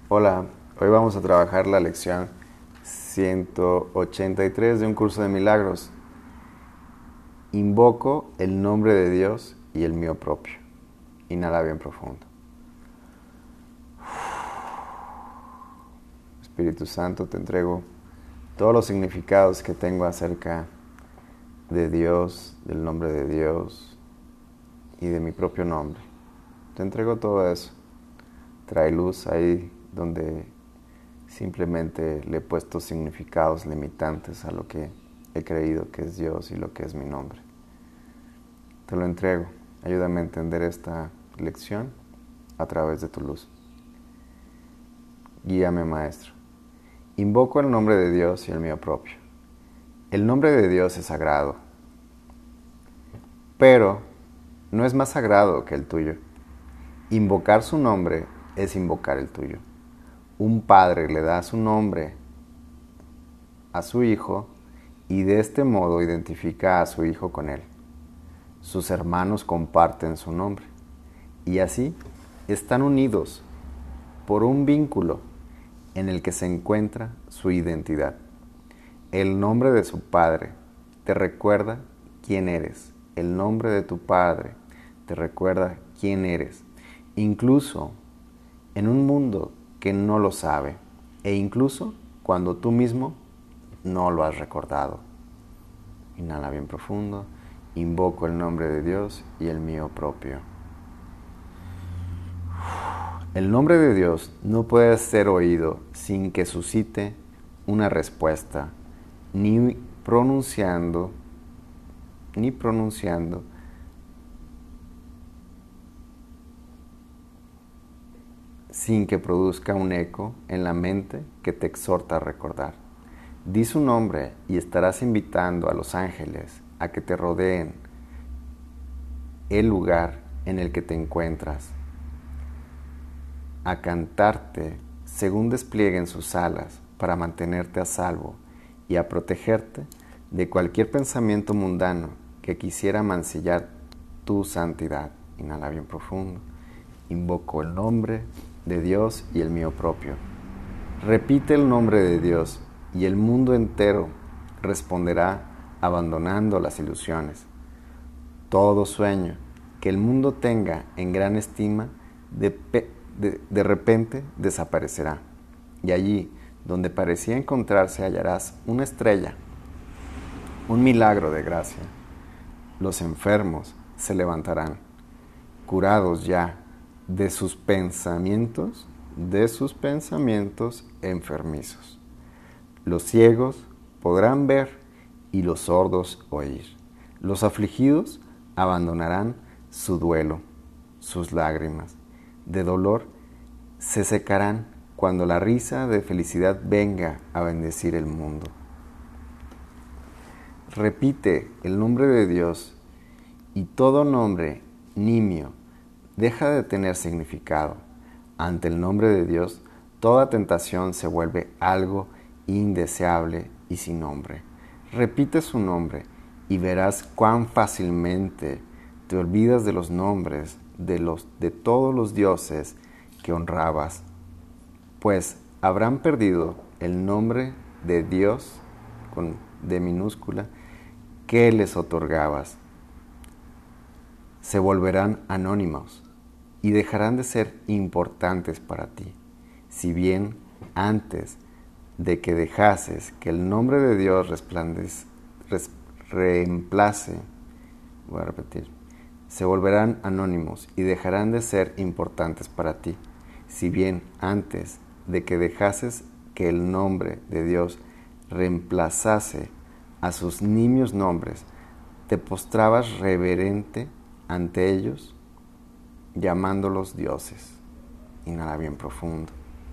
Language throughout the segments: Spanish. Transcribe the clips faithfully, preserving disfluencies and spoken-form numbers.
Hola, hoy vamos a trabajar la lección ciento ochenta y tres de un curso de milagros. Invoco el nombre de Dios y el mío propio. Inhala bien profundo. Espíritu Santo, te entrego todos los significados que tengo acerca de Dios, del nombre de Dios y de mi propio nombre. Te entrego todo eso. Trae luz ahí donde simplemente le he puesto significados limitantes a lo que he creído que es Dios y lo que es mi nombre. Te lo entrego. Ayúdame a entender esta lección a través de tu luz. Guíame, Maestro. Invoco el nombre de Dios y el mío propio. El nombre de Dios es sagrado, pero no es más sagrado que el tuyo. Invocar su nombre es invocar el tuyo. Un padre le da su nombre a su hijo y de este modo identifica a su hijo con él. Sus hermanos comparten su nombre y así están unidos por un vínculo en el que se encuentra su identidad. El nombre de su padre te recuerda quién eres. El nombre de tu padre te recuerda quién eres, incluso en un mundo que no lo sabe e incluso cuando tú mismo no lo has recordado. Inhala bien profundo. Invoco el nombre de Dios y el mío propio. El nombre de Dios no puede ser oído sin que suscite una respuesta, ni pronunciando, ni pronunciando, sin que produzca un eco en la mente que te exhorta a recordar. Di su nombre y estarás invitando a los ángeles a que te rodeen el lugar en el que te encuentras, a cantarte según desplieguen sus alas para mantenerte a salvo y a protegerte de cualquier pensamiento mundano que quisiera mancillar tu santidad. Inhala bien profundo. Invoco el nombre de Dios y el mío propio. Repite el nombre de Dios y el mundo entero responderá abandonando las ilusiones. Todo sueño que el mundo tenga en gran estima de, de, de repente desaparecerá. Y allí, donde parecía encontrarse, hallarás una estrella, un milagro de gracia. Los enfermos se levantarán, curados ya de sus pensamientos, de sus pensamientos enfermizos. Los ciegos podrán ver y los sordos oír. Los afligidos abandonarán su duelo, sus lágrimas de dolor se secarán cuando la risa de felicidad venga a bendecir el mundo. Repite el nombre de Dios y todo nombre nimio deja de tener significado. Ante el nombre de Dios, toda tentación se vuelve algo indeseable y sin nombre. Repite su nombre y verás cuán fácilmente te olvidas de los nombres de, los, de todos los dioses que honrabas, pues habrán perdido el nombre de Dios con D minúscula que les otorgabas. Se volverán anónimos y dejarán de ser importantes para ti, si bien antes de que dejases que el nombre de Dios resplandez, res, reemplace, voy a repetir, se volverán anónimos y dejarán de ser importantes para ti, si bien antes de que dejases que el nombre de Dios reemplazase a sus nimios nombres, te postrabas reverente ante ellos, llamándolos dioses. Inhala bien profundo.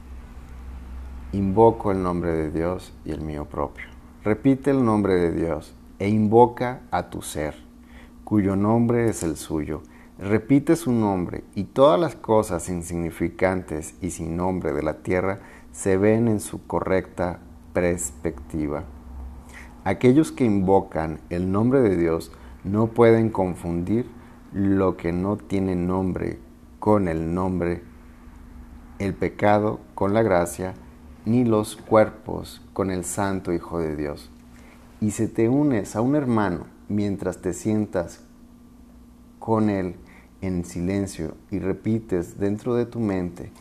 Invoco el nombre de Dios y el mío propio. Repite el nombre de Dios e invoca a tu ser, cuyo nombre es el suyo. Repite su nombre y todas las cosas insignificantes y sin nombre de la tierra se ven en su correcta perspectiva. Aquellos que invocan el nombre de Dios no pueden confundir lo que no tiene nombre con el nombre el pecado con la gracia, ni los cuerpos con el Santo Hijo de Dios. Y si te unes a un hermano mientras te sientas con él en silencio y repites dentro de tu mente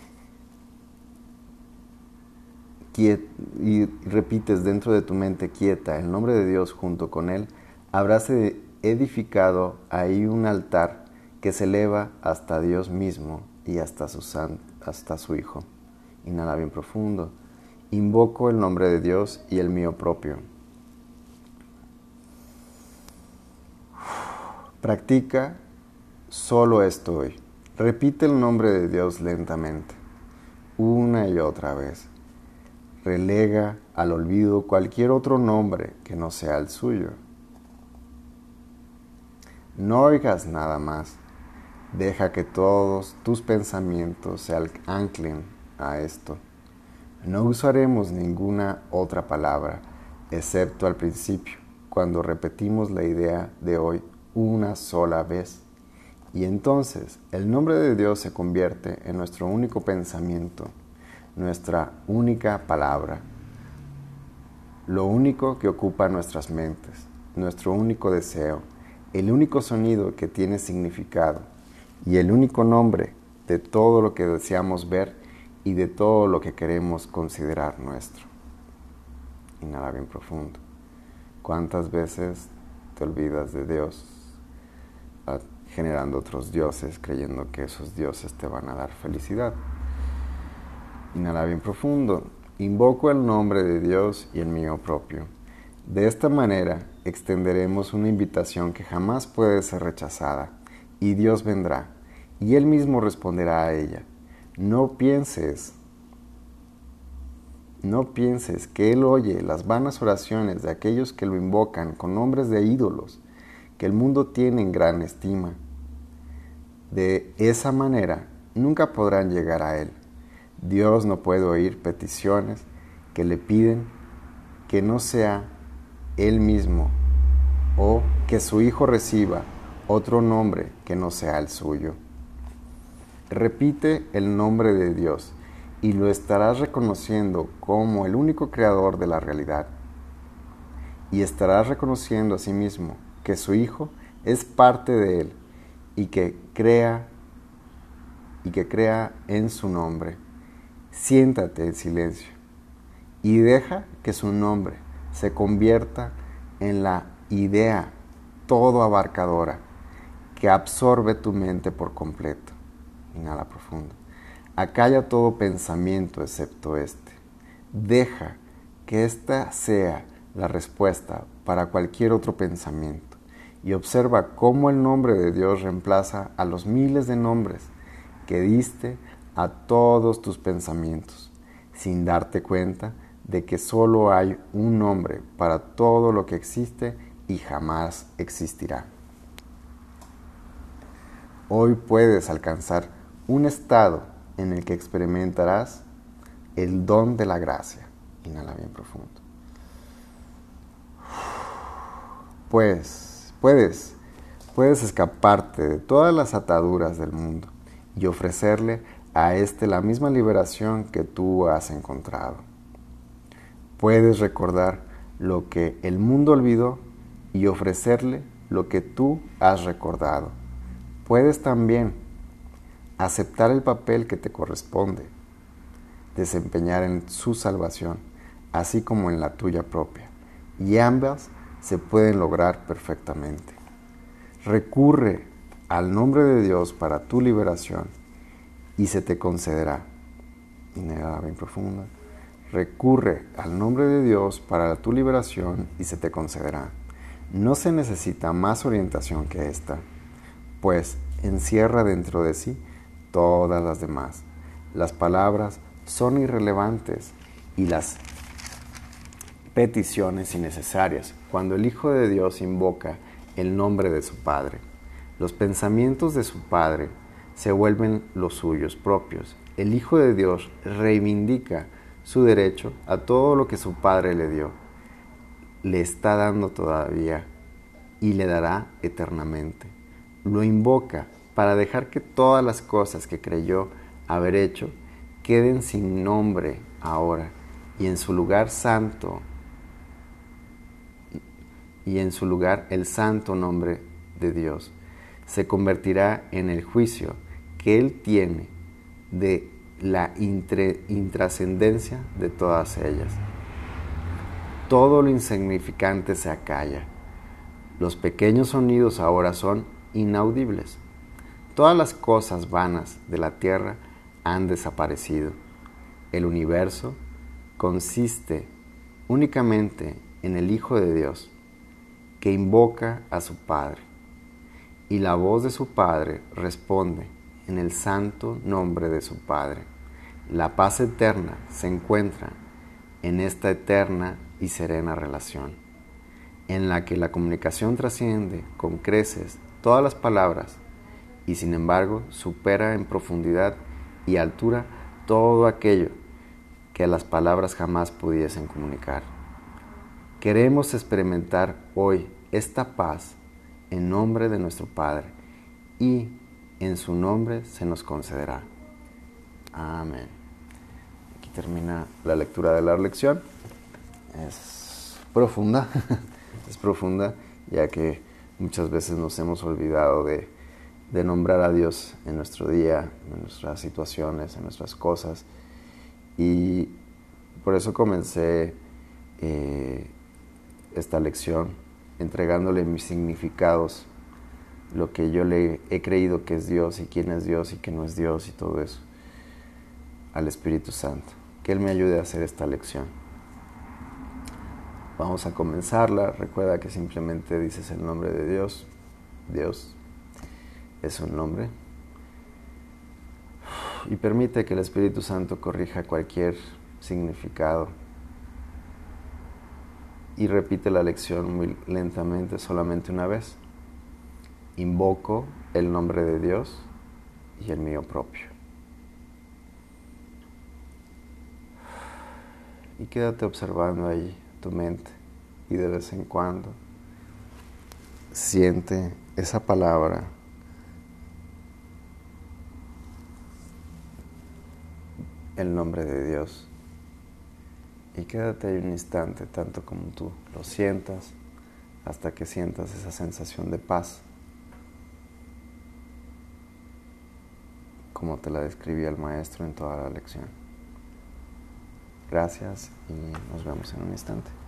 y repites dentro de tu mente quieta el nombre de Dios junto con él, habrás edificado ahí un altar que se eleva hasta Dios mismo y hasta su, san, hasta su Hijo. Inhala bien profundo. Invoco el nombre de Dios y el mío propio. Practica solo esto hoy. Repite el nombre de Dios lentamente, una y otra vez. Relega al olvido cualquier otro nombre que no sea el suyo. No oigas nada más. Deja que todos tus pensamientos se anclen a esto. No usaremos ninguna otra palabra, excepto al principio, cuando repetimos la idea de hoy una sola vez. Y entonces el nombre de Dios se convierte en nuestro único pensamiento, nuestra única palabra, lo único que ocupa nuestras mentes, nuestro único deseo, el único sonido que tiene significado y el único nombre de todo lo que deseamos ver y de todo lo que queremos considerar nuestro. Inhala bien profundo. ¿Cuántas veces te olvidas de Dios generando otros dioses, creyendo que esos dioses te van a dar felicidad? Inhala bien profundo. Invoco el nombre de Dios y el mío propio. De esta manera extenderemos una invitación que jamás puede ser rechazada, y Dios vendrá, y Él mismo responderá a ella. No pienses, no pienses que Él oye las vanas oraciones de aquellos que lo invocan con nombres de ídolos, que el mundo tiene en gran estima. De esa manera nunca podrán llegar a Él. Dios no puede oír peticiones que le piden que no sea Él mismo o que su Hijo reciba otro nombre que no sea el suyo. Repite el nombre de Dios y lo estarás reconociendo como el único creador de la realidad. Y estarás reconociendo a sí mismo que su Hijo es parte de Él y que crea y que crea en su nombre. Siéntate en silencio y deja que su nombre se convierta en la idea todo abarcadora que absorbe tu mente por completo. Inhala profundo. Acalla todo pensamiento excepto este. Deja que esta sea la respuesta para cualquier otro pensamiento y observa cómo el nombre de Dios reemplaza a los miles de nombres que diste a todos tus pensamientos, sin darte cuenta de que solo hay un nombre para todo lo que existe y jamás existirá. Hoy puedes alcanzar un estado en el que experimentarás el don de la gracia. Inhala bien profundo. Pues, puedes, puedes escaparte de todas las ataduras del mundo y ofrecerle a éste la misma liberación que tú has encontrado. Puedes recordar lo que el mundo olvidó y ofrecerle lo que tú has recordado. Puedes también aceptar el papel que te corresponde, desempeñar en su salvación, así como en la tuya propia, y ambas se pueden lograr perfectamente. Recurre al nombre de Dios para tu liberación y se te concederá. Inhala bien profunda. Recurre al nombre de Dios para tu liberación y se te concederá. No se necesita más orientación que esta, pues encierra dentro de sí todas las demás. Las palabras son irrelevantes y las peticiones innecesarias cuando el Hijo de Dios invoca el nombre de su Padre. Los pensamientos de su Padre se vuelven los suyos propios. El Hijo de Dios reivindica su derecho a todo lo que su Padre le dio, le está dando todavía y le dará eternamente. Lo invoca para dejar que todas las cosas que creyó haber hecho queden sin nombre ahora, y en su lugar santo, y en su lugar el santo nombre de Dios se convertirá en el juicio que Él tiene de la intrascendencia de todas ellas. Todo lo insignificante se acalla. Los pequeños sonidos ahora son inaudibles. Todas las cosas vanas de la tierra han desaparecido. El universo consiste únicamente en el Hijo de Dios, que invoca a su Padre, y la voz de su Padre responde en el santo nombre de su Padre. La paz eterna se encuentra en esta eterna y serena relación, en la que la comunicación trasciende con creces todas las palabras y sin embargo supera en profundidad y altura todo aquello que las palabras jamás pudiesen comunicar. Queremos experimentar hoy esta paz en nombre de nuestro Padre, y en su nombre se nos concederá. Amén. Aquí termina la lectura de la lección. Es profunda, es profunda, ya que muchas veces nos hemos olvidado de, de nombrar a Dios en nuestro día, en nuestras situaciones, en nuestras cosas. Y por eso comencé eh, esta lección entregándole mis significados, lo que yo le he creído que es Dios y quién es Dios y qué no es Dios y todo eso, al Espíritu Santo. Que Él me ayude a hacer esta lección. Vamos a comenzarla. Recuerda que simplemente dices el nombre de Dios. Dios es un nombre. Y permite que el Espíritu Santo corrija cualquier significado. Y repite la lección muy lentamente, solamente una vez. Invoco el nombre de Dios y el mío propio. Y quédate observando ahí tu mente, y de vez en cuando siente esa palabra el nombre de Dios, y quédate ahí un instante, tanto como tú lo sientas, hasta que sientas esa sensación de paz, como te la describía el maestro en toda la lección. Gracias y nos vemos en un instante.